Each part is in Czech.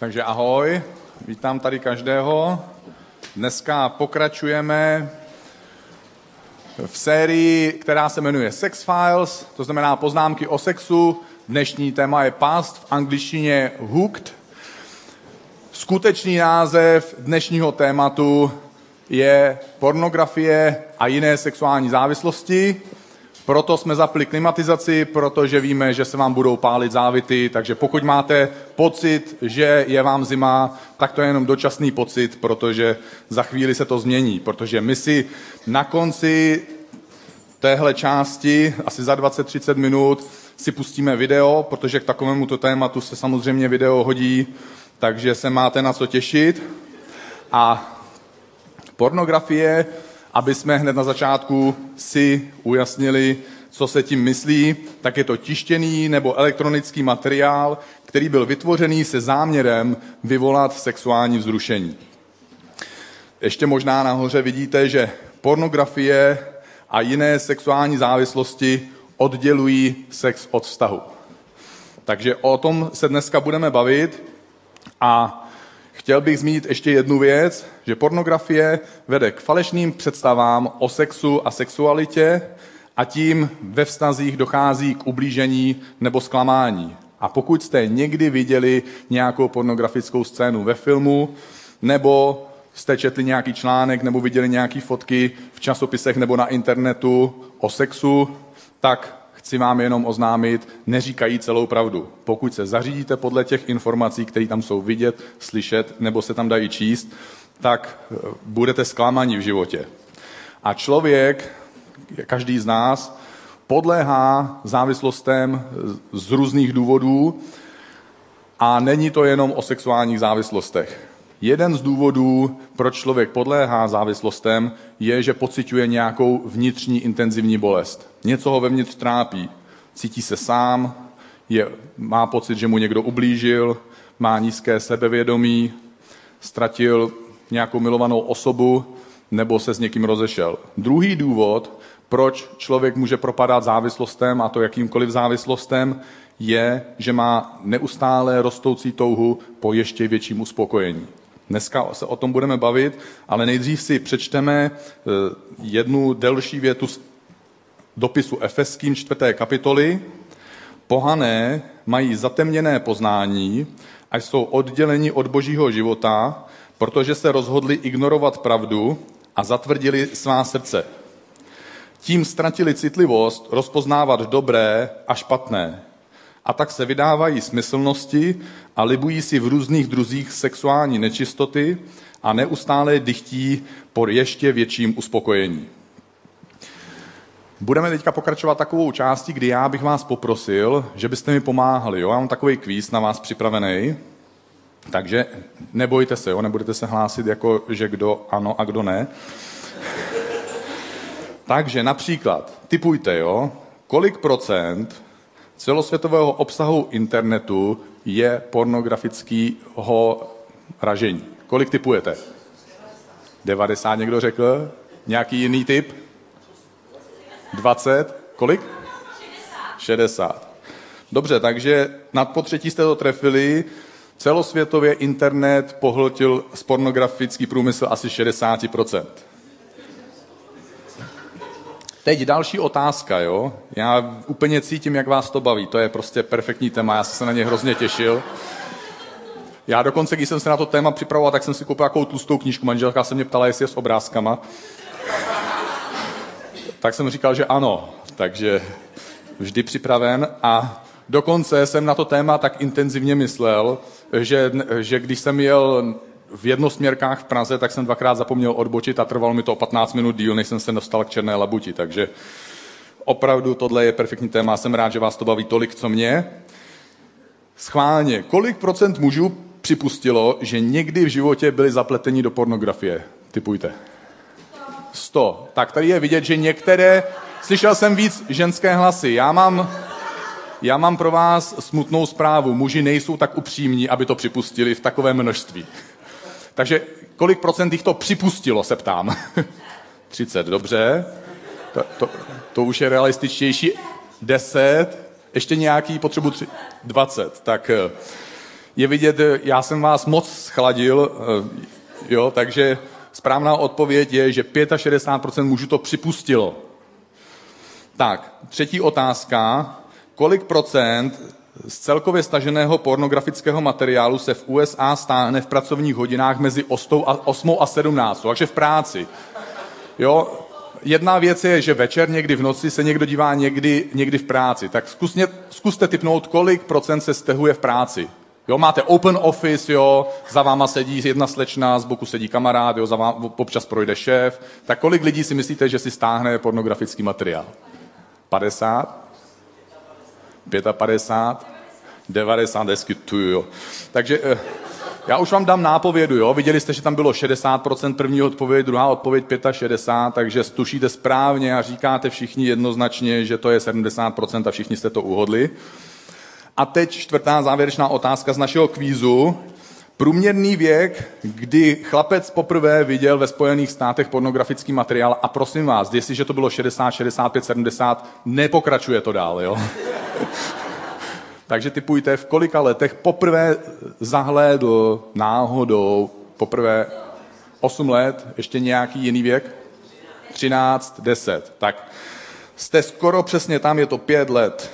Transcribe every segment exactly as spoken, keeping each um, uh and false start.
Takže ahoj, vítám tady každého. Dneska pokračujeme v sérii, která se jmenuje Sex Files, to znamená poznámky o sexu. Dnešní téma je past, v angličtině hooked. Skutečný název dnešního tématu je pornografie a jiné sexuální závislosti. Proto jsme zapli klimatizaci, protože víme, že se vám budou pálit závity, takže pokud máte pocit, že je vám zima, tak to je jenom dočasný pocit, protože za chvíli se to změní, protože my si na konci téhle části, asi za dvacet třicet minut, si pustíme video, protože k takovému to tématu se samozřejmě video hodí, takže se máte na co těšit. A pornografie, aby jsme hned na začátku si ujasnili, co se tím myslí, tak je to tištěný nebo elektronický materiál, který byl vytvořený se záměrem vyvolat sexuální vzrušení. Ještě možná nahoře vidíte, že pornografie a jiné sexuální závislosti oddělují sex od vztahu. Takže o tom se dneska budeme bavit a chtěl bych zmínit ještě jednu věc, že pornografie vede k falešným představám o sexu a sexualitě a tím ve vztazích dochází k ublížení nebo zklamání. A pokud jste někdy viděli nějakou pornografickou scénu ve filmu, nebo jste četli nějaký článek, nebo viděli nějaké fotky v časopisech nebo na internetu o sexu, tak chci vám jenom oznámit, neříkají celou pravdu. Pokud se zařídíte podle těch informací, které tam jsou vidět, slyšet, nebo se tam dají číst, tak budete zklamaní v životě. A člověk, každý z nás, podléhá závislostem z různých důvodů a není to jenom o sexuálních závislostech. Jeden z důvodů, proč člověk podléhá závislostem, je, že pociťuje nějakou vnitřní intenzivní bolest. Něco ho vevnitř trápí. Cítí se sám, je, má pocit, že mu někdo ublížil, má nízké sebevědomí, ztratil nějakou milovanou osobu nebo se s někým rozešel. Druhý důvod, proč člověk může propadat závislostem, a to jakýmkoliv závislostem, je, že má neustále rostoucí touhu po ještě větším uspokojení. Dneska se o tom budeme bavit, ale nejdřív si přečteme jednu delší větu z dopisu Efeským čtvrté kapitoly. Pohané mají zatemněné poznání a jsou odděleni od božího života, protože se rozhodli ignorovat pravdu a zatvrdili svá srdce. Tím ztratili citlivost rozpoznávat dobré a špatné. A tak se vydávají smyslnosti a libují si v různých druzích sexuální nečistoty a neustále dychtí po ještě větším uspokojení. Budeme teďka pokračovat takovou částí, kdy já bych vás poprosil, že byste mi pomáhali. Jo? Já mám takový kvíz na vás připravený, takže nebojte se, jo? Nebudete se hlásit, jako že kdo ano a kdo ne. Takže například, tipujte, jo? Kolik procent celosvětového obsahu internetu je pornografického ražení. Kolik tipujete? devadesát někdo řekl? Nějaký jiný tip? dvacet? Kolik? šedesát. Dobře, takže nad potřetí jste to trefili. Celosvětově internet pohltil z pornografický průmysl asi šedesát procent. Teď další otázka, jo. Já úplně cítím, jak vás to baví. To je prostě perfektní téma, já jsem se na ně hrozně těšil. Já dokonce, když jsem se na to téma připravoval, tak jsem si koupil takovou tlustou knížku. Manželka se mě ptala, jestli je s obrázkama. Tak jsem říkal, že ano. Takže vždy připraven. A dokonce jsem na to téma tak intenzivně myslel, že, že když jsem jel v jednosměrkách v Praze, tak jsem dvakrát zapomněl odbočit a trvalo mi to o patnáct minut díl, než jsem se dostal k Černé Labuti. Takže opravdu tohle je perfektní téma. Jsem rád, že vás to baví tolik, co mě. Schválně, kolik procent mužů připustilo, že někdy v životě byli zapleteni do pornografie? Tipujte. sto. Tak tady je vidět, že některé... Slyšel jsem víc ženské hlasy. Já mám... Já mám pro vás smutnou zprávu. Muži nejsou tak upřímní, aby to připustili v takovém množství. Takže kolik procent jich to připustilo, se ptám. třicet, dobře. To, to, to už je realističtější. deset, ještě nějaký potřebu tři, dvacet. Tak je vidět, já jsem vás moc schladil, jo, takže správná odpověď je, že šedesát pět procent mužů to připustilo. Tak, třetí otázka. Kolik procent z celkově staženého pornografického materiálu se v U S A stáhne v pracovních hodinách mezi osmou a sedmnáctou, takže v práci. Jo, jedna věc je, že večer někdy v noci se někdo dívá někdy, někdy v práci. Tak zkusně, zkuste tipnout, kolik procent se stahuje v práci. Jo, máte open office, jo, za váma sedí jedna slečna, z boku sedí kamarád, jo, za váma občas projde šéf. Tak kolik lidí si myslíte, že si stáhne pornografický materiál? padesát? padesát pět? devadesát, diskutuju. Takže já už vám dám nápovědu, jo. Viděli jste, že tam bylo šedesát procent první odpověď, druhá odpověď šedesát pět, takže stušíte správně a říkáte všichni jednoznačně, že to je sedmdesát procent a všichni jste to uhodli. A teď čtvrtá závěrečná otázka z našeho kvízu. Průměrný věk, kdy chlapec poprvé viděl ve Spojených státech pornografický materiál, a prosím vás, jestliže to bylo šedesát, šedesát pět, sedmdesát, nepokračuje to dál, jo. Takže tipujte, v kolika letech poprvé zahlédl náhodou, poprvé osm let, ještě nějaký jiný věk? třináct, deset. Tak jste skoro přesně tam, je to pět let.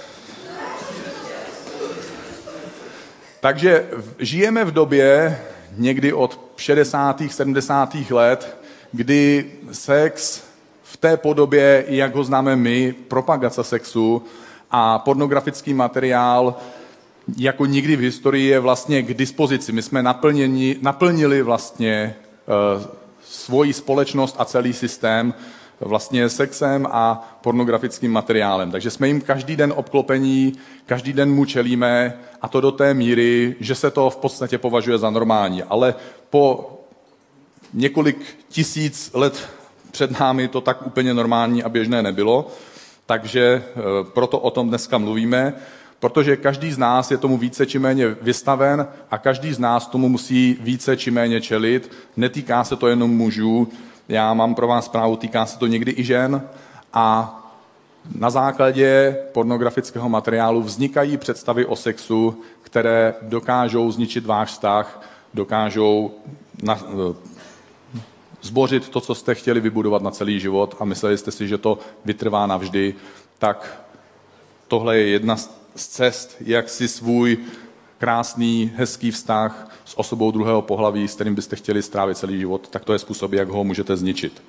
Takže žijeme v době někdy od šedesátých, sedmdesátých let, kdy sex v té podobě, jak ho známe my, propagace sexu a pornografický materiál jako nikdy v historii je vlastně k dispozici. My jsme naplněni, naplnili vlastně uh, svoji společnost a celý systém vlastně sexem a pornografickým materiálem. Takže jsme jim každý den obklopení, každý den mu čelíme a to do té míry, že se to v podstatě považuje za normální. Ale po několik tisíc let před námi to tak úplně normální a běžné nebylo. Takže proto o tom dneska mluvíme, protože každý z nás je tomu více či méně vystaven a každý z nás tomu musí více či méně čelit. Netýká se to jenom mužů, já mám pro vás zprávu, týká se to někdy i žen a na základě pornografického materiálu vznikají představy o sexu, které dokážou zničit váš vztah, dokážou na, zbořit to, co jste chtěli vybudovat na celý život a mysleli jste si, že to vytrvá navždy, tak tohle je jedna z cest, jak si svůj krásný, hezký vztah s osobou druhého pohlaví, s kterým byste chtěli strávit celý život, tak to je způsob, jak ho můžete zničit.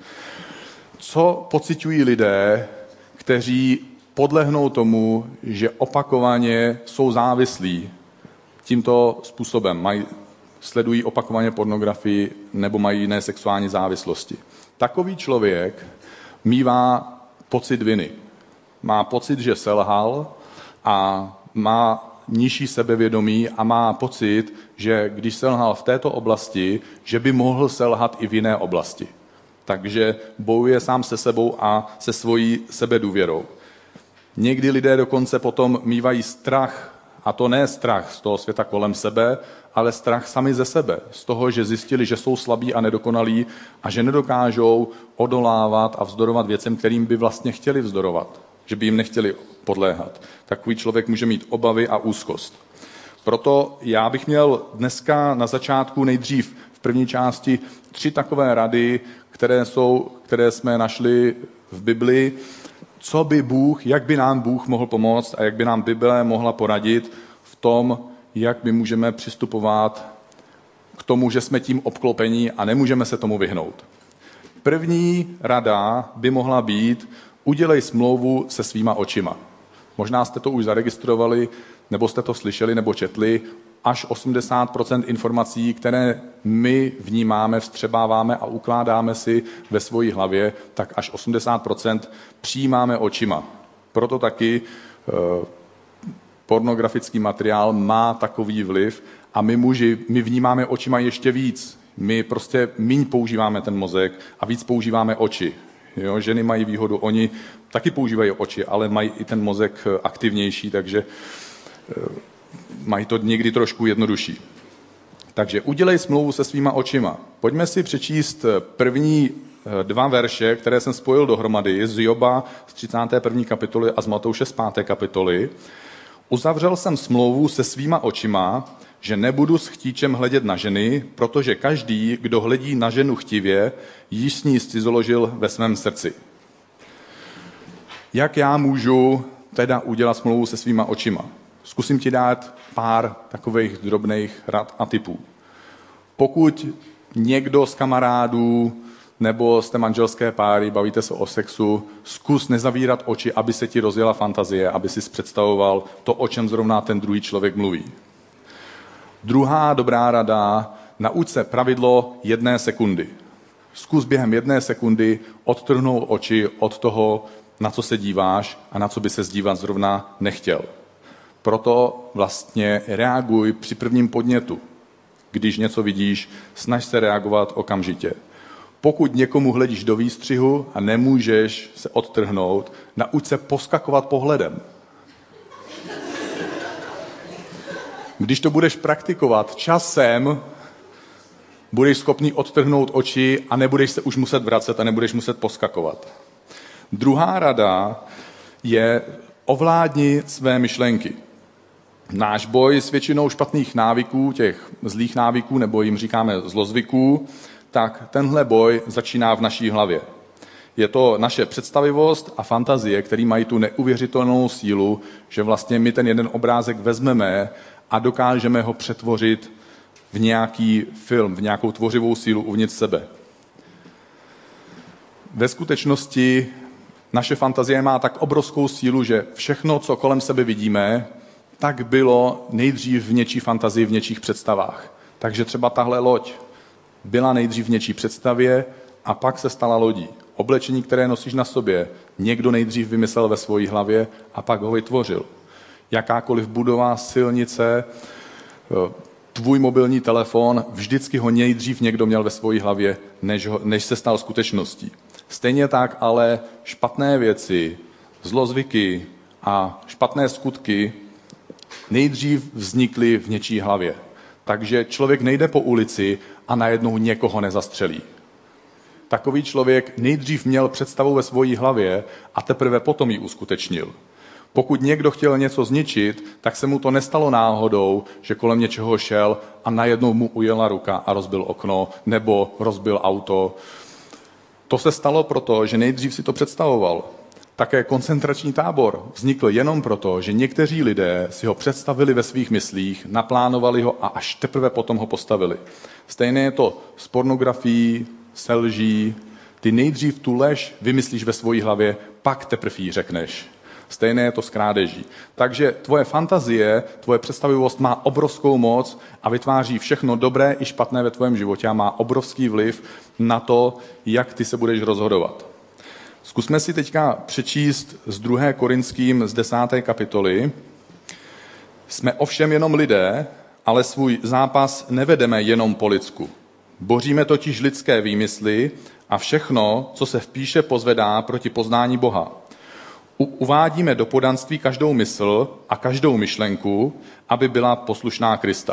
Co pociťují lidé, kteří podlehnou tomu, že opakovaně jsou závislí tímto způsobem, mají, sledují opakovaně pornografii nebo mají jiné sexuální závislosti? Takový člověk mívá pocit viny. Má pocit, že selhal a má nižší sebevědomí a má pocit, že když selhal v této oblasti, že by mohl selhat i v jiné oblasti. Takže bojuje sám se sebou a se svojí sebedůvěrou. Někdy lidé dokonce potom mívají strach, a to ne strach z toho světa kolem sebe, ale strach sami ze sebe, z toho, že zjistili, že jsou slabí a nedokonalí a že nedokážou odolávat a vzdorovat věcem, kterým by vlastně chtěli vzdorovat, že by jim nechtěli podléhat. Takový člověk může mít obavy a úzkost. Proto já bych měl dneska na začátku nejdřív v první části tři takové rady, které, jsou, které jsme našli v Bibli, co by Bůh, jak by nám Bůh mohl pomoct a jak by nám Bible mohla poradit v tom, jak my můžeme přistupovat k tomu, že jsme tím obklopení a nemůžeme se tomu vyhnout. První rada by mohla být, udělej smlouvu se svýma očima. Možná jste to už zaregistrovali, nebo jste to slyšeli, nebo četli. Až osmdesát procent informací, které my vnímáme, vstřebáváme a ukládáme si ve své hlavě, tak až osmdesát procent přijímáme očima. Proto taky eh, pornografický materiál má takový vliv a my muži, my vnímáme očima ještě víc. My prostě míň používáme ten mozek a víc používáme oči. Jo, ženy mají výhodu, oni taky používají oči, ale mají i ten mozek aktivnější, takže mají to někdy trošku jednodušší. Takže udělej smlouvu se svýma očima. Pojďme si přečíst první dva verše, které jsem spojil dohromady z Joba z třicáté první kapitoly a z Matouše z páté kapitoly. Uzavřel jsem smlouvu se svýma očima, že nebudu s chtíčem hledět na ženy, protože každý, kdo hledí na ženu chtivě, již s ní zcizoložil ve svém srdci. Jak já můžu teda udělat smlouvu se svýma očima? Zkusím ti dát pár takových drobných rad a tipů. Pokud někdo z kamarádů nebo z té manželské páry bavíte se o sexu, zkus nezavírat oči, aby se ti rozjela fantazie, aby si představoval to, o čem zrovna ten druhý člověk mluví. Druhá dobrá rada, nauč se pravidlo jedné sekundy. Zkus během jedné sekundy odtrhnout oči od toho, na co se díváš a na co by se dívat zrovna nechtěl. Proto vlastně reaguj při prvním podnětu. Když něco vidíš, snaž se reagovat okamžitě. Pokud někomu hledíš do výstřihu a nemůžeš se odtrhnout, nauč se poskakovat pohledem. Když to budeš praktikovat, časem budeš schopný odtrhnout oči a nebudeš se už muset vracet a nebudeš muset poskakovat. Druhá rada je ovládni své myšlenky. Náš boj s většinou špatných návyků, těch zlých návyků, nebo jim říkáme zlozvyků, tak tenhle boj začíná v naší hlavě. Je to naše představivost a fantazie, které mají tu neuvěřitelnou sílu, že vlastně my ten jeden obrázek vezmeme a dokážeme ho přetvořit v nějaký film, v nějakou tvořivou sílu uvnitř sebe. Ve skutečnosti naše fantazie má tak obrovskou sílu, že všechno, co kolem sebe vidíme, tak bylo nejdřív v něčí fantazii, v něčích představách. Takže třeba tahle loď byla nejdřív v něčí představě a pak se stala lodí. Oblečení, které nosíš na sobě, někdo nejdřív vymyslel ve své hlavě a pak ho vytvořil. Jakákoliv budova, silnice, tvůj mobilní telefon, vždycky ho nejdřív někdo měl ve své hlavě, než, ho, než se stal skutečností. Stejně tak ale špatné věci, zlozvyky a špatné skutky nejdřív vznikly v něčí hlavě. Takže člověk nejde po ulici a najednou někoho nezastřelí. Takový člověk nejdřív měl představu ve své hlavě a teprve potom ji uskutečnil. Pokud někdo chtěl něco zničit, tak se mu to nestalo náhodou, že kolem něčeho šel a najednou mu ujela ruka a rozbil okno nebo rozbil auto. To se stalo proto, že nejdřív si to představoval. Také koncentrační tábor vznikl jenom proto, že někteří lidé si ho představili ve svých myslích, naplánovali ho a až teprve potom ho postavili. Stejné je to s pornografií, se lží. Ty nejdřív tu lež vymyslíš ve své hlavě, pak teprve ji řekneš. Stejné je to s krádeží. Takže tvoje fantazie, tvoje představivost má obrovskou moc a vytváří všechno dobré i špatné ve tvém životě a má obrovský vliv na to, jak ty se budeš rozhodovat. Zkusme si teďka přečíst z druhé Korinským z desáté kapitoly. Jsme ovšem jenom lidé, ale svůj zápas nevedeme jenom po lidsku. Boříme totiž lidské výmysly a všechno, co se v píše, pozvedá proti poznání Boha. Uvádíme do podanství každou mysl a každou myšlenku, aby byla poslušná Krista.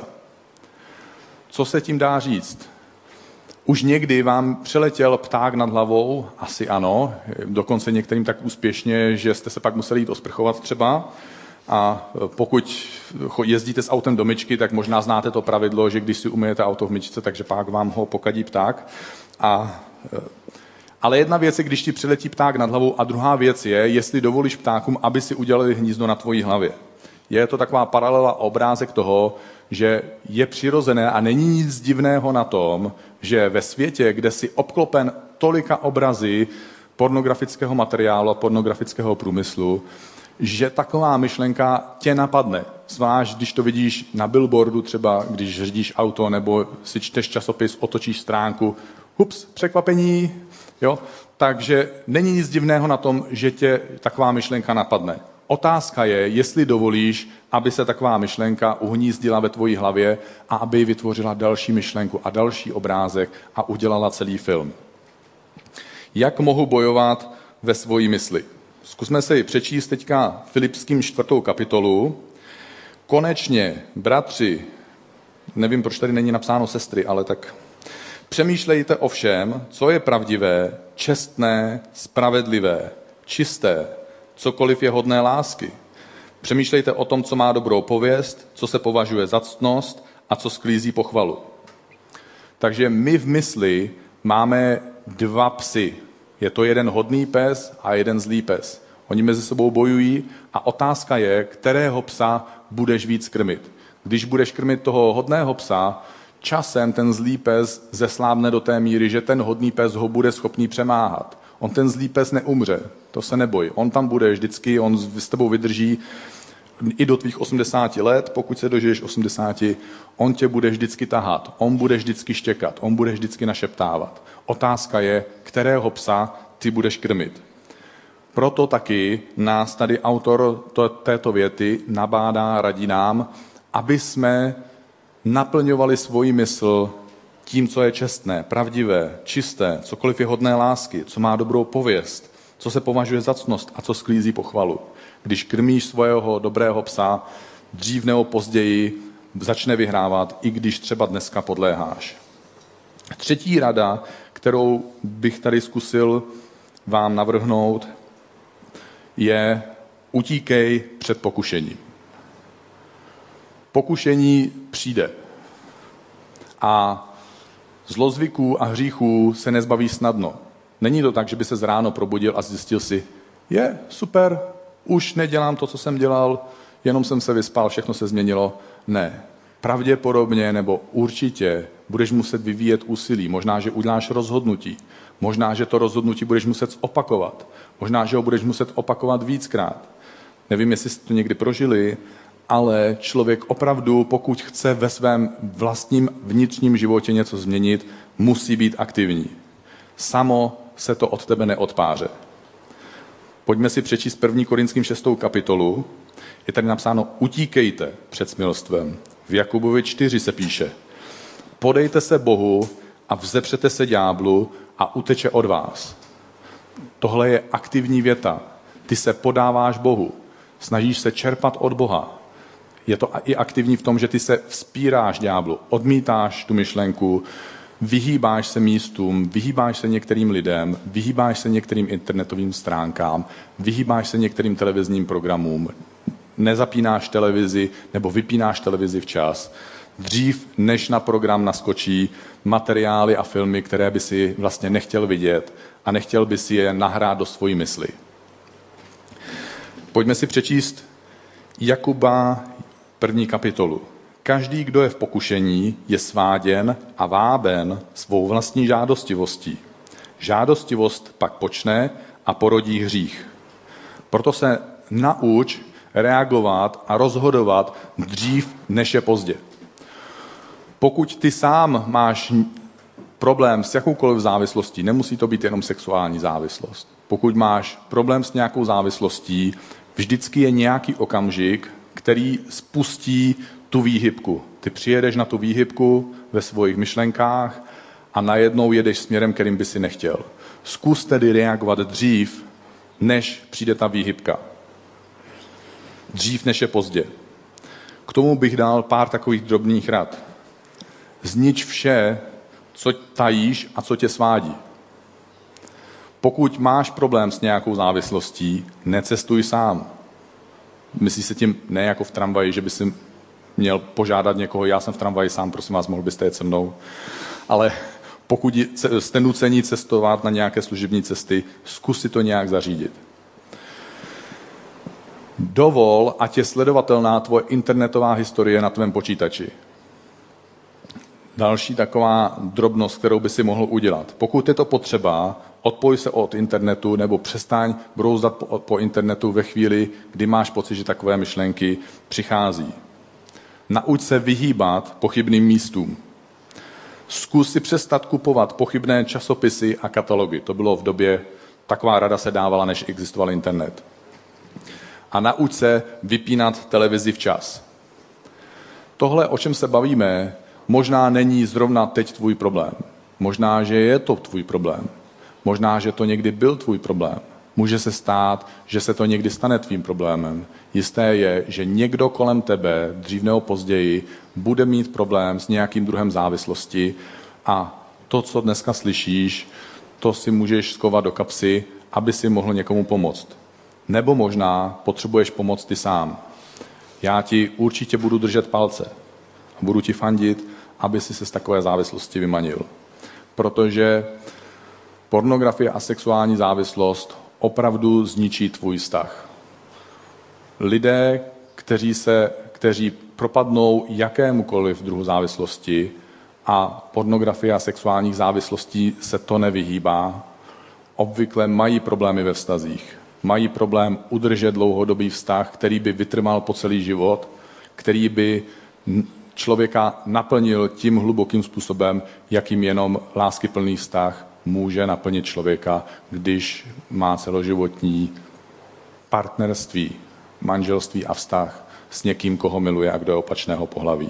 Co se tím dá říct? Už někdy vám přeletěl pták nad hlavou? Asi ano, dokonce některým tak úspěšně, že jste se pak museli jít osprchovat třeba. A pokud jezdíte s autem do myčky, tak možná znáte to pravidlo, že když si umyjete auto v myčce, takže pak vám ho pokadí pták. A, ale jedna věc je, když ti přiletí pták nad hlavou a druhá věc je, jestli dovolíš ptákům, aby si udělali hnízdo na tvojí hlavě. Je to taková paralela, obrázek toho, že je přirozené a není nic divného na tom, že ve světě, kde si obklopen tolika obrazy pornografického materiálu a pornografického průmyslu, že taková myšlenka tě napadne. Zvlášť, když to vidíš na billboardu třeba, když řídíš auto nebo si čteš časopis, otočíš stránku, hups, překvapení, jo? Takže není nic divného na tom, že tě taková myšlenka napadne. Otázka je, jestli dovolíš, aby se taková myšlenka uhnízdila ve tvojí hlavě a aby vytvořila další myšlenku a další obrázek a udělala celý film. Jak mohu bojovat ve svojí mysli? Zkusme si přečíst teďka Filipským čtvrtou kapitolu. Konečně, bratři, nevím, proč tady není napsáno sestry, ale tak přemýšlejte o všem, co je pravdivé, čestné, spravedlivé, čisté, cokoliv je hodné lásky. Přemýšlejte o tom, co má dobrou pověst, co se považuje za ctnost a co sklízí pochvalu. Takže my v mysli máme dva psy. Je to jeden hodný pes a jeden zlý pes. Oni mezi sebou bojují a otázka je, kterého psa budeš víc krmit. Když budeš krmit toho hodného psa, časem ten zlý pes zeslábne do té míry, že ten hodný pes ho bude schopný přemáhat. On ten zlý pes neumře, to se neboj. On tam bude vždycky, on s tebou vydrží i do tvých osmdesáti let, pokud se dožiješ osmdesáti, on tě bude vždycky tahat, on bude vždycky štěkat, on bude vždycky našeptávat. Otázka je, kterého psa ty budeš krmit. Proto taky nás tady autor této věty nabádá, radí nám, aby jsme naplňovali svoji mysl tím, co je čestné, pravdivé, čisté, cokoliv je hodné lásky, co má dobrou pověst, co se považuje za ctnost a co sklízí pochvalu. Když krmíš svého dobrého psa, dřív nebo později začne vyhrávat, i když třeba dneska podléháš. Třetí rada, kterou bych tady zkusil vám navrhnout, je utíkej před pokušením. Pokušení přijde. A zlozvyků a hříchů se nezbaví snadno. Není to tak, že by se z ráno probudil a zjistil si, je, super, už nedělám to, co jsem dělal, jenom jsem se vyspal, všechno se změnilo. Ne. Pravděpodobně nebo určitě budeš muset vyvíjet úsilí. Možná, že uděláš rozhodnutí. Možná, že to rozhodnutí budeš muset opakovat. Možná, že ho budeš muset opakovat víckrát. Nevím, jestli jste to někdy prožili, ale člověk opravdu, pokud chce ve svém vlastním vnitřním životě něco změnit, musí být aktivní. Samo se to od tebe neodpáře. Pojďme si přečíst první Korinským šestou kapitolu. Je tady napsáno, utíkejte před smilstvem. V Jakubovi čtyři se píše, podejte se Bohu a vzepřete se ďáblu a uteče od vás. Tohle je aktivní věta. Ty se podáváš Bohu. Snažíš se čerpat od Boha. Je to i aktivní v tom, že ty se vzpíráš ďáblu, odmítáš tu myšlenku, vyhýbáš se místům, vyhýbáš se některým lidem, vyhýbáš se některým internetovým stránkám, vyhýbáš se některým televizním programům, nezapínáš televizi nebo vypínáš televizi včas. Dřív, než na program naskočí materiály a filmy, které by si vlastně nechtěl vidět a nechtěl by si je nahrát do svojí mysli. Pojďme si přečíst Jakuba první kapitolu. Každý, kdo je v pokušení, je sváděn a váben svou vlastní žádostivostí. Žádostivost pak počne a porodí hřích. Proto se nauč reagovat a rozhodovat dřív, než je pozdě. Pokud ty sám máš problém s jakoukoliv závislostí, nemusí to být jenom sexuální závislost. Pokud máš problém s nějakou závislostí, vždycky je nějaký okamžik, který spustí tu výhybku. Ty přijedeš na tu výhybku ve svých myšlenkách a najednou jedeš směrem, kterým by si nechtěl. Zkus tedy reagovat dřív, než přijde ta výhybka. Dřív, než je pozdě. K tomu bych dal pár takových drobných rad. Znič vše, co tajíš a co tě svádí. Pokud máš problém s nějakou závislostí, necestuj sám. Myslíš se tím ne jako v tramvaji, že by si měl požádat někoho, já jsem v tramvaji sám, prosím vás, mohl byste jet se mnou. Ale pokud jste nuceni cestovat na nějaké služební cesty, zkus si to nějak zařídit. Dovol, ať je sledovatelná tvoje internetová historie na tvém počítači. Další taková drobnost, kterou by si mohl udělat. Pokud je to potřeba, odpoj se od internetu nebo přestaň brouzdat po, po internetu ve chvíli, kdy máš pocit, že takové myšlenky přichází. Nauč se vyhýbat pochybným místům. Zkus si přestat kupovat pochybné časopisy a katalogy. To bylo v době, taková rada se dávala, než existoval internet. A nauč se vypínat televizi včas. Tohle, o čem se bavíme, možná není zrovna teď tvůj problém. Možná, že je to tvůj problém. Možná, že to někdy byl tvůj problém. Může se stát, že se to někdy stane tvým problémem. Jisté je, že někdo kolem tebe, dřív nebo později, bude mít problém s nějakým druhem závislosti a to, co dneska slyšíš, to si můžeš skovat do kapsy, aby si mohl někomu pomoct. Nebo možná potřebuješ pomoct ty sám. Já ti určitě budu držet palce. A budu ti fandit, aby si se z takové závislosti vymanil. Protože pornografie a sexuální závislost opravdu zničí tvůj vztah. Lidé, kteří, se, kteří propadnou jakémukoliv druhu závislosti, a pornografie a sexuálních závislostí se to nevyhýbá, obvykle mají problémy ve vztazích. Mají problém udržet dlouhodobý vztah, který by vytrval po celý život, který by člověka naplnil tím hlubokým způsobem, jakým jenom láskyplný vztah může naplnit člověka, když má celoživotní partnerství, manželství a vztah s někým, koho miluje a kdo je opačného pohlaví.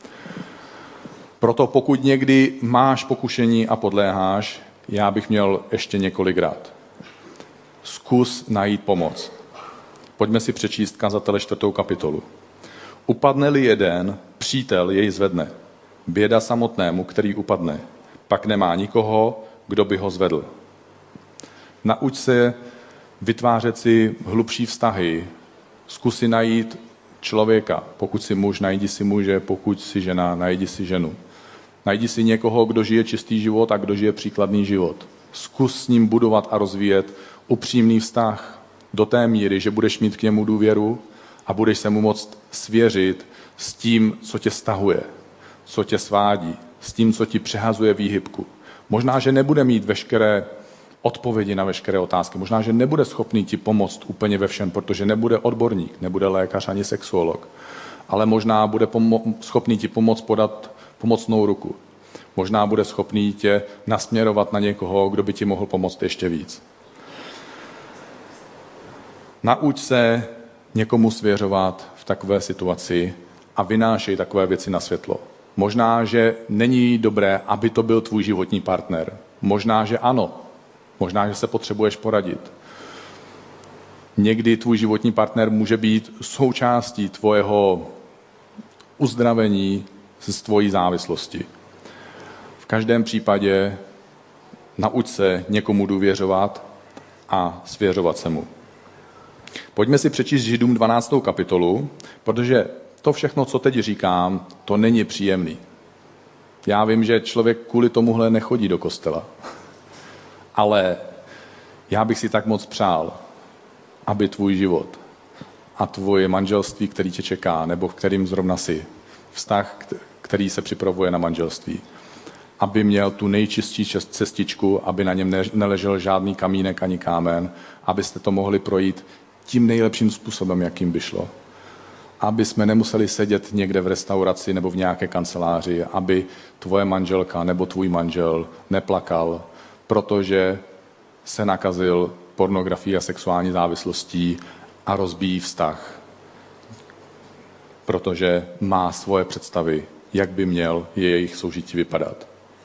Proto pokud někdy máš pokušení a podléháš, já bych měl ještě několik rad. Zkus najít pomoc. Pojďme si přečíst Kazatele čtvrtou kapitolu. Upadne-li jeden, přítel jej zvedne. Běda samotnému, který upadne. Pak nemá nikoho, kdo by ho zvedl. Nauč se vytvářet si hlubší vztahy. Zkus si najít člověka. Pokud si muž, najdi si muže, pokud si žena, najdi si ženu. Najdi si někoho, kdo žije čistý život a kdo žije příkladný život. Zkus s ním budovat a rozvíjet upřímný vztah do té míry, že budeš mít k němu důvěru a budeš se mu moct svěřit s tím, co tě stahuje, co tě svádí, s tím, co ti přehazuje výhybku. Možná, že nebude mít veškeré odpovědi na veškeré otázky. Možná, že nebude schopný ti pomoct úplně ve všem, protože nebude odborník, nebude lékař ani sexuolog. Ale možná bude pomo- schopný ti pomoct podat pomocnou ruku. Možná bude schopný tě nasměrovat na někoho, kdo by ti mohl pomoct ještě víc. Nauč se někomu svěřovat v takové situaci a vynášej takové věci na světlo. Možná, že není dobré, aby to byl tvůj životní partner. Možná, že ano. Možná, že se potřebuješ poradit. Někdy tvůj životní partner může být součástí tvojeho uzdravení z tvojí závislosti. V každém případě nauč se někomu důvěřovat a svěřovat se mu. Pojďme si přečíst Židům dvanáctou kapitolu, protože to všechno, co teď říkám, to není příjemný. Já vím, že člověk kvůli tomuhle nechodí do kostela. Ale já bych si tak moc přál, aby tvůj život a tvoje manželství, který tě čeká, nebo v kterým zrovna jsi, vztah, který se připravuje na manželství, aby měl tu nejčistší cestičku, aby na něm neležel žádný kamínek ani kámen, abyste to mohli projít tím nejlepším způsobem, jakým by šlo. Aby jsme nemuseli sedět někde v restauraci nebo v nějaké kanceláři, aby tvoje manželka nebo tvůj manžel neplakal, protože se nakazil pornografií a sexuální závislostí a rozbíjí vztah, protože má svoje představy, jak by měl jejich soužití vypadat.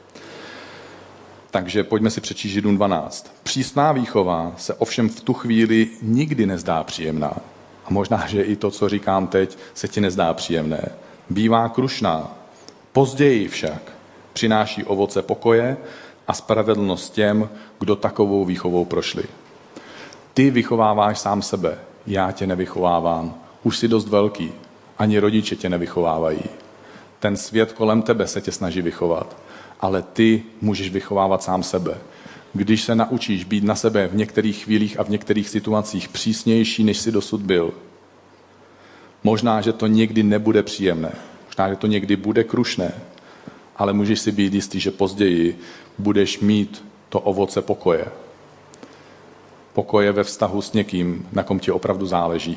Takže pojďme si přečíst Židům dvanáct. Přísná výchova se ovšem v tu chvíli nikdy nezdá příjemná. A možná, že i to, co říkám teď, se ti nezdá příjemné. Bývá krušná. Později však přináší ovoce pokoje a spravedlnost těm, kdo takovou výchovou prošli. Ty vychováváš sám sebe, já tě nevychovávám. Už jsi dost velký, ani rodiče tě nevychovávají. Ten svět kolem tebe se tě snaží vychovat, ale ty můžeš vychovávat sám sebe. Když se naučíš být na sebe v některých chvílích a v některých situacích přísnější, než jsi dosud byl, možná, že to někdy nebude příjemné, možná, že to někdy bude krušné, ale můžeš si být jistý, že později budeš mít to ovoce pokoje. Pokoje ve vztahu s někým, na kom ti opravdu záleží.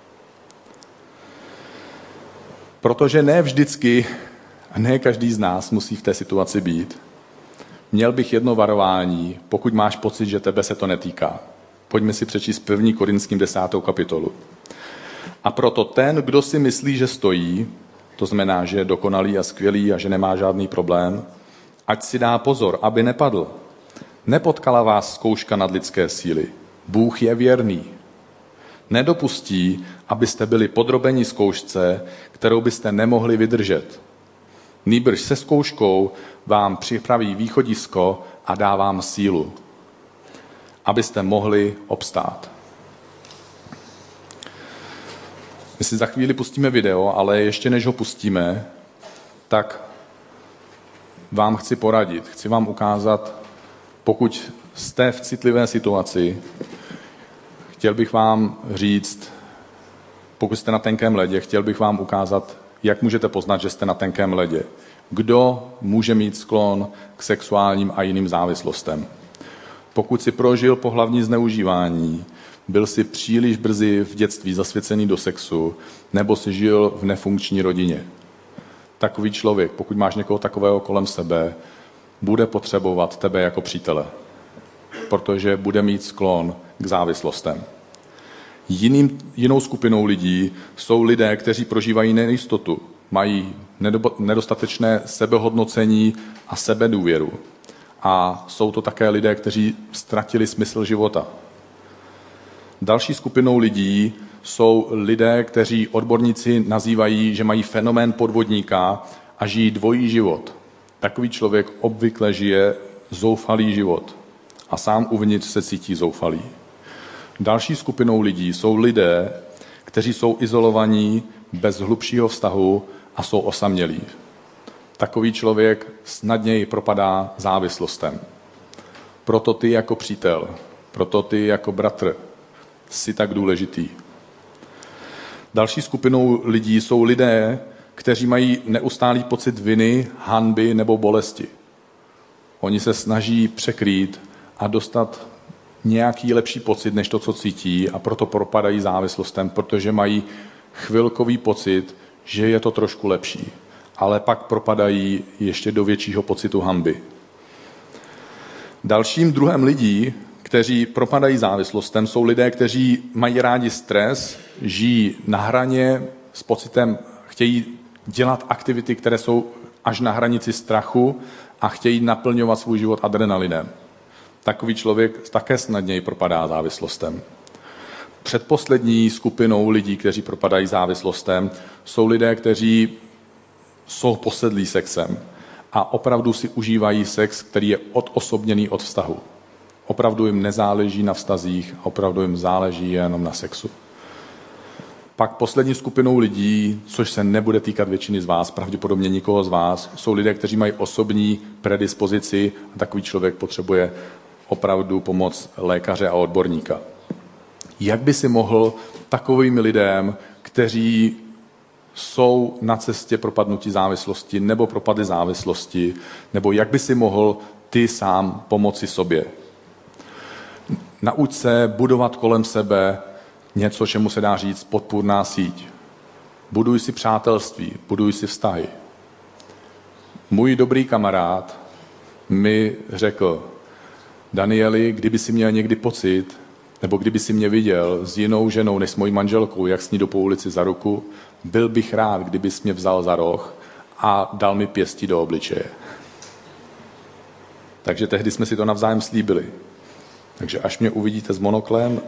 Protože ne vždycky a ne každý z nás musí v té situaci být. Měl bych jedno varování, pokud máš pocit, že tebe se to netýká. Pojďme si přečíst první Korinským desátou kapitolu. A proto ten, kdo si myslí, že stojí, to znamená, že je dokonalý a skvělý a že nemá žádný problém, ať si dá pozor, aby nepadl. Nepotkala vás zkouška nad lidské síly. Bůh je věrný. Nedopustí, abyste byli podrobeni zkoušce, kterou byste nemohli vydržet. Nýbrž se zkouškou vám připraví východisko a dá vám sílu, abyste mohli obstát. My si za chvíli pustíme video, ale ještě než ho pustíme, tak vám chci poradit, chci vám ukázat, pokud jste v citlivé situaci, chtěl bych vám říct, pokud jste na tenkém ledě, chtěl bych vám ukázat, jak můžete poznat, že jste na tenkém ledě. Kdo může mít sklon k sexuálním a jiným závislostem? Pokud si prožil pohlavní zneužívání, byl si příliš brzy v dětství zasvěcený do sexu, nebo si žil v nefunkční rodině. Takový člověk, pokud máš někoho takového kolem sebe, bude potřebovat tebe jako přítele, protože bude mít sklon k závislostem. Jiným, jinou skupinou lidí jsou lidé, kteří prožívají nejistotu, mají nedostatečné sebehodnocení a sebedůvěru. A jsou to také lidé, kteří ztratili smysl života. Další skupinou lidí jsou lidé, kteří odborníci nazývají, že mají fenomén podvodníka a žijí dvojí život. Takový člověk obvykle žije zoufalý život a sám uvnitř se cítí zoufalý. Další skupinou lidí jsou lidé, kteří jsou izolovaní, bez hlubšího vztahu a jsou osamělí. Takový člověk snadněji propadá závislostem. Proto ty jako přítel, proto ty jako bratr jsi tak důležitý. Další skupinou lidí jsou lidé, kteří mají neustálý pocit viny, hanby nebo bolesti. Oni se snaží překrýt a dostat nějaký lepší pocit, než to, co cítí, a proto propadají závislostem, protože mají chvilkový pocit, že je to trošku lepší, ale pak propadají ještě do většího pocitu hanby. Dalším druhem lidí, kteří propadají závislostem, jsou lidé, kteří mají rádi stres, žijí na hraně s pocitem, chtějí dělat aktivity, které jsou až na hranici strachu a chtějí naplňovat svůj život adrenalinem. Takový člověk také snadněji propadá závislostem. Předposlední skupinou lidí, kteří propadají závislostem, jsou lidé, kteří jsou posedlí sexem a opravdu si užívají sex, který je odosobněný od vztahu. Opravdu jim nezáleží na vztazích, opravdu jim záleží jenom na sexu. Pak poslední skupinou lidí, což se nebude týkat většiny z vás, pravděpodobně nikoho z vás, jsou lidé, kteří mají osobní predispozici a takový člověk potřebuje opravdu pomoc lékaře a odborníka. Jak by si mohl takovým lidem, kteří jsou na cestě propadnutí závislosti nebo propady závislosti, nebo jak by si mohl ty sám pomoci sobě? Nauč se budovat kolem sebe něco, čemu se dá říct podpůrná síť. Buduj si přátelství, buduj si vztahy. Můj dobrý kamarád mi řekl: Danieli, kdyby si měl někdy pocit, nebo kdyby si mě viděl s jinou ženou než s mojí manželkou, jak s ní jdu po ulici za ruku, byl bych rád, kdybys mě vzal za roh a dal mi pěstí do obličeje. Takže tehdy jsme si to navzájem slíbili. Takže až mě uvidíte s monoklem,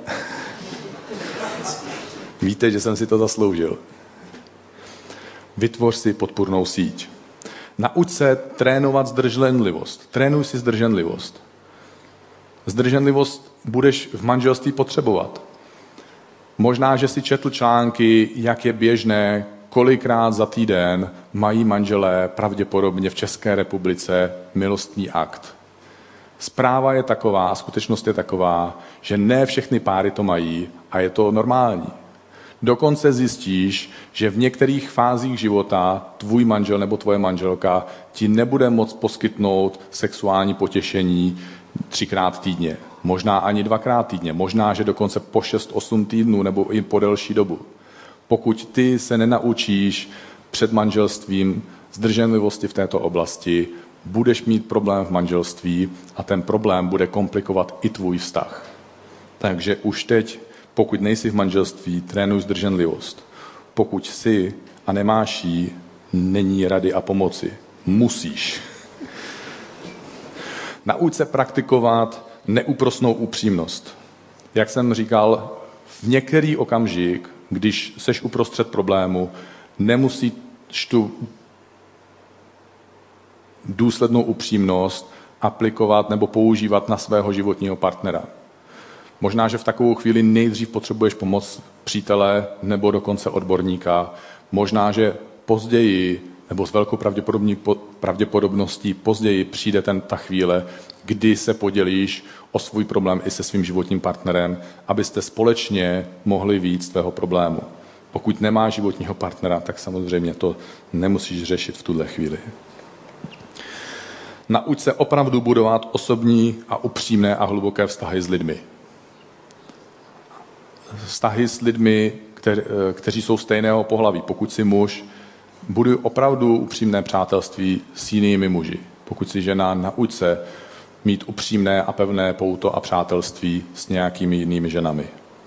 víte, že jsem si to zasloužil. Vytvoř si podpůrnou síť. Nauč se trénovat zdrženlivost. Trénuj si zdrženlivost. Zdrženlivost budeš v manželství potřebovat. Možná, že si četl články, jak je běžné, kolikrát za týden mají manželé pravděpodobně v České republice milostný akt. Zpráva je taková a skutečnost je taková, že ne všechny páry to mají a je to normální. Dokonce zjistíš, že v některých fázích života tvůj manžel nebo tvoje manželka ti nebude moct poskytnout sexuální potěšení třikrát týdně. Možná ani dvakrát týdně. Možná, že dokonce po šest, osm týdnů nebo i po delší dobu. Pokud ty se nenaučíš před manželstvím zdrženlivosti v této oblasti, budeš mít problém v manželství a ten problém bude komplikovat i tvůj vztah. Takže už teď, pokud nejsi v manželství, trénuj zdrženlivost. Pokud jsi a nemáš ji, není rady a pomoci. Musíš. Nauč se praktikovat neúprosnou upřímnost. Jak jsem říkal, v některý okamžik, když seš uprostřed problému, nemusíš tu důslednou upřímnost aplikovat nebo používat na svého životního partnera. Možná, že v takovou chvíli nejdřív potřebuješ pomoc přítele nebo dokonce odborníka. Možná, že později nebo s velkou pravděpodobností později přijde ten, ta chvíle, kdy se podělíš o svůj problém i se svým životním partnerem, abyste společně mohli vyjít z tvého problému. Pokud nemáš životního partnera, tak samozřejmě to nemusíš řešit v tuhle chvíli. Nauč se opravdu budovat osobní a upřímné a hluboké vztahy s lidmi. Vztahy s lidmi, kteři, kteří jsou stejného pohlaví. Pokud jsi muž, buduj opravdu upřímné přátelství s jinými muži. Pokud jsi žena, nauč se mít upřímné a pevné pouto a přátelství s nějakými jinými ženami.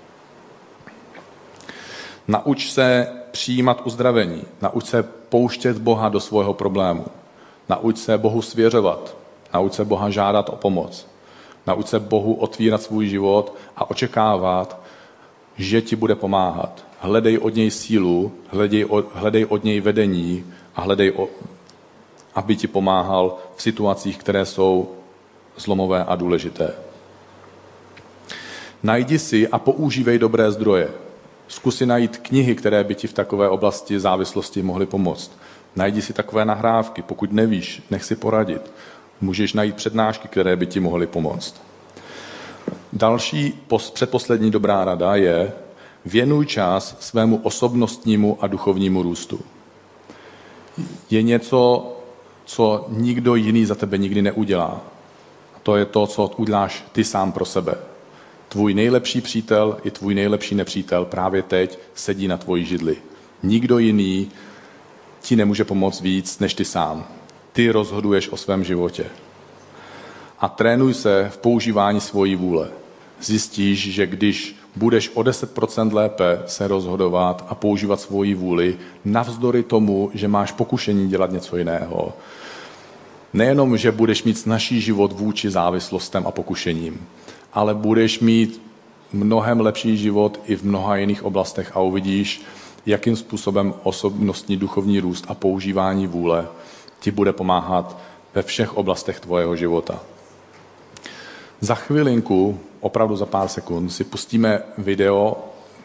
Nauč se přijímat uzdravení. Nauč se pouštět Boha do svého problému. Nauč se Bohu svěřovat. Nauč se Boha žádat o pomoc. Nauč se Bohu otvírat svůj život a očekávat, že ti bude pomáhat. Hledej od něj sílu, hledej od, hledej od něj vedení a hledej, o, aby ti pomáhal v situacích, které jsou zlomové a důležité. Najdi si a používej dobré zdroje. Zkus si najít knihy, které by ti v takové oblasti závislosti mohly pomoct. Najdi si takové nahrávky, pokud nevíš, nech si poradit. Můžeš najít přednášky, které by ti mohly pomoct. Další předposlední dobrá rada je: věnuj čas svému osobnostnímu a duchovnímu růstu. Je něco, co nikdo jiný za tebe nikdy neudělá. To je to, co uděláš ty sám pro sebe. Tvůj nejlepší přítel i tvůj nejlepší nepřítel právě teď sedí na tvojí židli. Nikdo jiný ti nemůže pomoct víc než ty sám. Ty rozhoduješ o svém životě. A trénuj se v používání svojí vůle. Zjistíš, že když budeš o deset procent lépe se rozhodovat a používat svoji vůli, navzdory tomu, že máš pokušení dělat něco jiného, nejenom, že budeš mít snazší život vůči závislostem a pokušením, ale budeš mít mnohem lepší život i v mnoha jiných oblastech a uvidíš, jakým způsobem osobnostní duchovní růst a používání vůle ti bude pomáhat ve všech oblastech tvojeho života. Za chvilinku, opravdu za pár sekund, si pustíme video.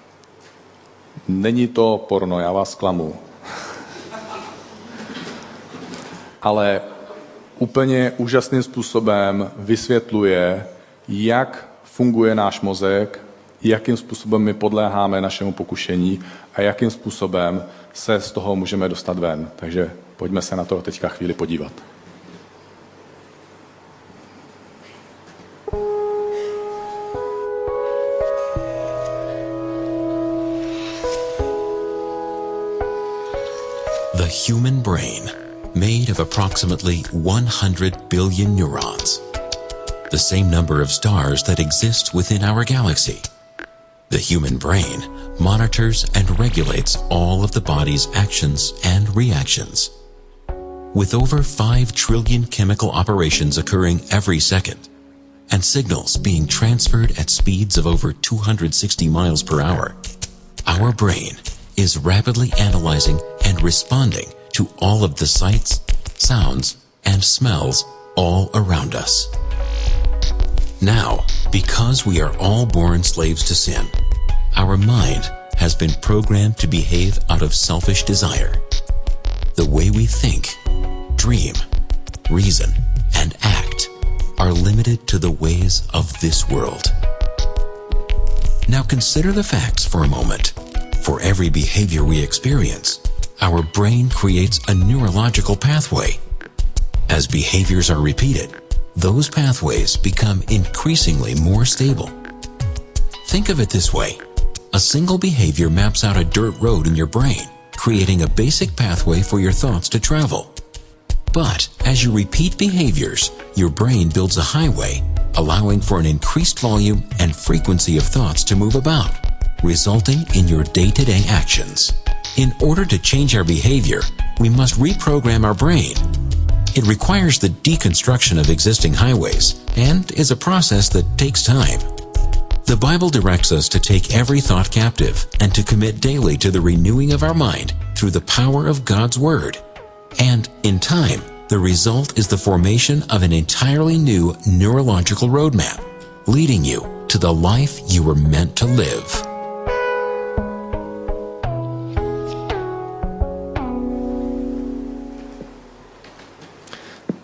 Není to porno, já vás klamu. Ale úplně úžasným způsobem vysvětluje, jak funguje náš mozek, jakým způsobem my podléháme našemu pokušení a jakým způsobem se z toho můžeme dostat ven. Takže pojďme se na to teďka chvíli podívat. The human brain, made of approximately one hundred billion neurons, the same number of stars that exist within our galaxy. The human brain monitors and regulates all of the body's actions and reactions. With over five trillion chemical operations occurring every second, and signals being transferred at speeds of over two hundred sixty miles per hour, our brain is rapidly analyzing and responding to all of the sights, sounds, and smells all around us. Now, because we are all born slaves to sin, our mind has been programmed to behave out of selfish desire. The way we think, dream, reason, and act are limited to the ways of this world. Now consider the facts for a moment. For every behavior we experience, our brain creates a neurological pathway. As behaviors are repeated, those pathways become increasingly more stable. Think of it this way. A single behavior maps out a dirt road in your brain, creating a basic pathway for your thoughts to travel. But as you repeat behaviors, your brain builds a highway, allowing for an increased volume and frequency of thoughts to move about, resulting in your day-to-day actions. In order to change our behavior, we must reprogram our brain. It requires the deconstruction of existing highways and is a process that takes time. The Bible directs us to take every thought captive and to commit daily to the renewing of our mind through the power of God's Word. And in time, the result is the formation of an entirely new neurological roadmap, leading you to the life you were meant to live.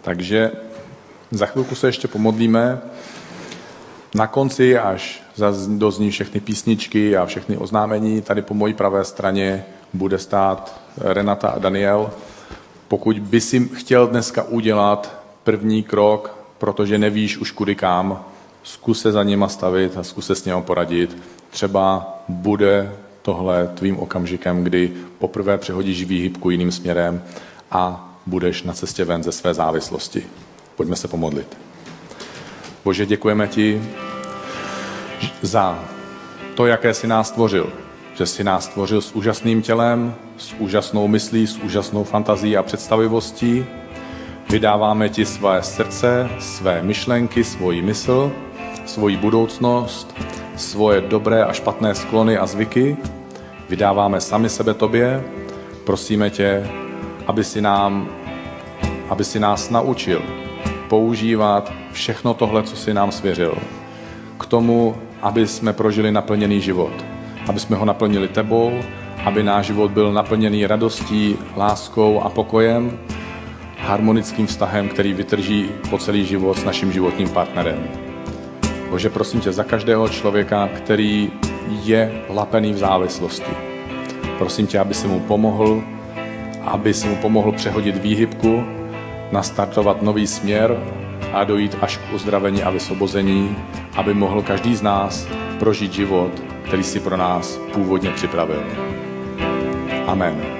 Takže za chvilku se ještě pomodlíme. Na konci, až dozní všechny písničky a všechny oznámení, tady po mojí pravé straně bude stát Renata a Daniel. Pokud by si chtěl dneska udělat první krok, protože nevíš už kudy kam, zkus se za nima stavit a zkus se s něma poradit. Třeba bude tohle tvým okamžikem, kdy poprvé přehodíš výhybku jiným směrem a budeš na cestě ven ze své závislosti. Pojďme se pomodlit. Bože, děkujeme ti za to, jaké jsi nás stvořil. Že jsi nás stvořil s úžasným tělem, s úžasnou myslí, s úžasnou fantazí a představivostí. Vydáváme ti své srdce, své myšlenky, svoji mysl, svoji budoucnost, svoje dobré a špatné sklony a zvyky. Vydáváme sami sebe tobě. Prosíme tě, aby si, nám, aby si nás naučil používat všechno tohle, co jsi nám svěřil. K tomu, aby jsme prožili naplněný život. Aby jsme ho naplnili tebou, aby náš život byl naplněný radostí, láskou a pokojem, harmonickým vztahem, který vytrží po celý život s naším životním partnerem. Bože, prosím tě za každého člověka, který je lapený v závislosti. Prosím tě, aby si mu pomohl, aby si mu pomohl přehodit výhybku, nastartovat nový směr a dojít až k uzdravení a vysvobození, aby mohl každý z nás prožít život, který si pro nás původně připravil. Amen.